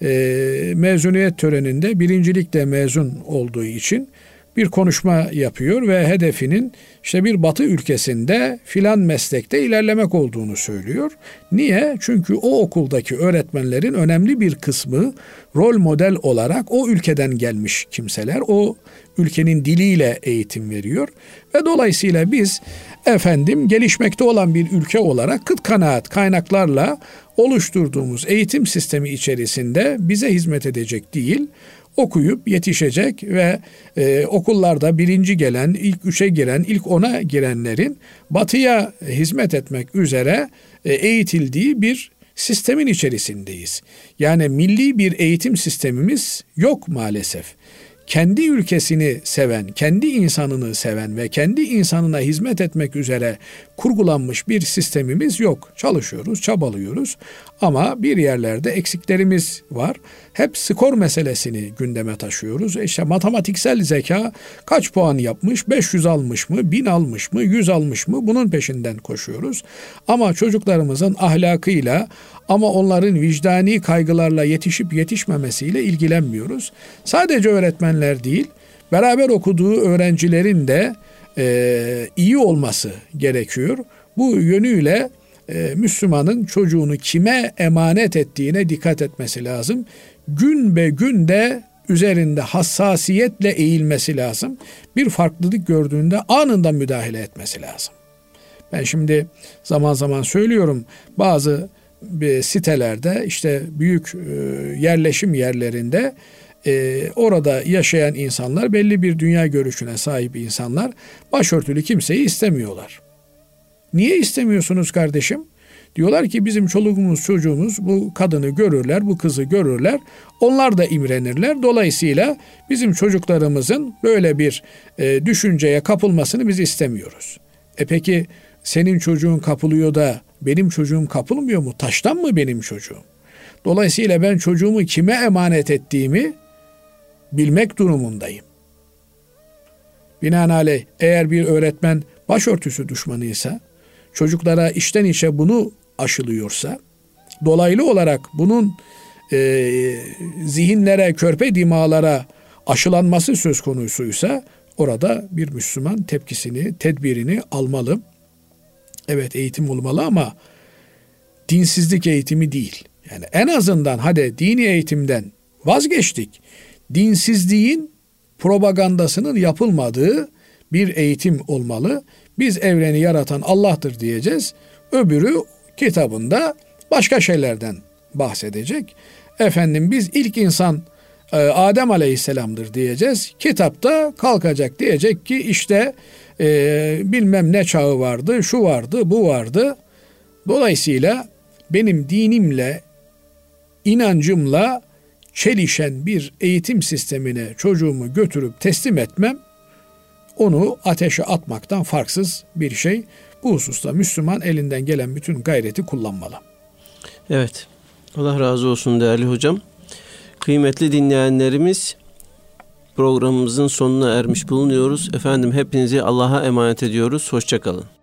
e, mezuniyet töreninde birincilikle mezun olduğu için bir konuşma yapıyor ve hedefinin işte bir Batı ülkesinde filan meslekte ilerlemek olduğunu söylüyor. Niye? Çünkü o okuldaki öğretmenlerin önemli bir kısmı rol model olarak o ülkeden gelmiş kimseler. O ülkenin diliyle eğitim veriyor ve dolayısıyla biz efendim gelişmekte olan bir ülke olarak kıt kanaat kaynaklarla oluşturduğumuz eğitim sistemi içerisinde bize hizmet edecek değil, okuyup yetişecek ve e, okullarda birinci gelen, ilk üçe giren, ilk ona girenlerin batıya hizmet etmek üzere e, eğitildiği bir sistemin içerisindeyiz. Yani milli bir eğitim sistemimiz yok maalesef. Kendi ülkesini seven, kendi insanını seven ve kendi insanına hizmet etmek üzere kurgulanmış bir sistemimiz yok. Çalışıyoruz, çabalıyoruz ama bir yerlerde eksiklerimiz var. Hep skor meselesini gündeme taşıyoruz. İşte matematiksel zeka kaç puan yapmış, beş yüz almış mı, bin almış mı, yüz almış mı, bunun peşinden koşuyoruz. Ama çocuklarımızın ahlakıyla, ama onların vicdani kaygılarla yetişip yetişmemesiyle ilgilenmiyoruz. Sadece öğretmenler değil, beraber okuduğu öğrencilerin de e, iyi olması gerekiyor. Bu yönüyle e, Müslümanın çocuğunu kime emanet ettiğine dikkat etmesi lazım. Gün be gün de üzerinde hassasiyetle eğilmesi lazım. Bir farklılık gördüğünde anında müdahale etmesi lazım. Ben şimdi zaman zaman söylüyorum, bazı sitelerde, işte büyük yerleşim yerlerinde orada yaşayan insanlar, belli bir dünya görüşüne sahip insanlar başörtülü kimseyi istemiyorlar. Niye istemiyorsunuz kardeşim? Diyorlar ki bizim çoluğumuz çocuğumuz bu kadını görürler, bu kızı görürler. Onlar da imrenirler. Dolayısıyla bizim çocuklarımızın böyle bir e, düşünceye kapılmasını biz istemiyoruz. E peki senin çocuğun kapılıyor da benim çocuğum kapılmıyor mu? Taştan mı benim çocuğum? Dolayısıyla ben çocuğumu kime emanet ettiğimi bilmek durumundayım. Binaenaleyh eğer bir öğretmen başörtüsü düşmanıysa, çocuklara içten içe bunu aşılıyorsa, dolaylı olarak bunun e, zihinlere, körpe dimalara aşılanması söz konusuysa, orada bir Müslüman tepkisini, tedbirini almalı. Evet, eğitim olmalı ama dinsizlik eğitimi değil. Yani en azından hadi dini eğitimden vazgeçtik. Dinsizliğin propagandasının yapılmadığı bir eğitim olmalı. Biz evreni yaratan Allah'tır diyeceğiz. Öbürü kitabında başka şeylerden bahsedecek. Efendim biz ilk insan Adem Aleyhisselam'dır diyeceğiz. Kitapta kalkacak, diyecek ki işte e, bilmem ne çağı vardı, şu vardı, bu vardı. Dolayısıyla benim dinimle, inancımla çelişen bir eğitim sistemine çocuğumu götürüp teslim etmem, onu ateşe atmaktan farksız bir şey. Bu hususta Müslüman elinden gelen bütün gayreti kullanmalı. Evet. Allah razı olsun değerli hocam. Kıymetli dinleyenlerimiz, programımızın sonuna ermiş bulunuyoruz. Efendim hepinizi Allah'a emanet ediyoruz. Hoşça kalın.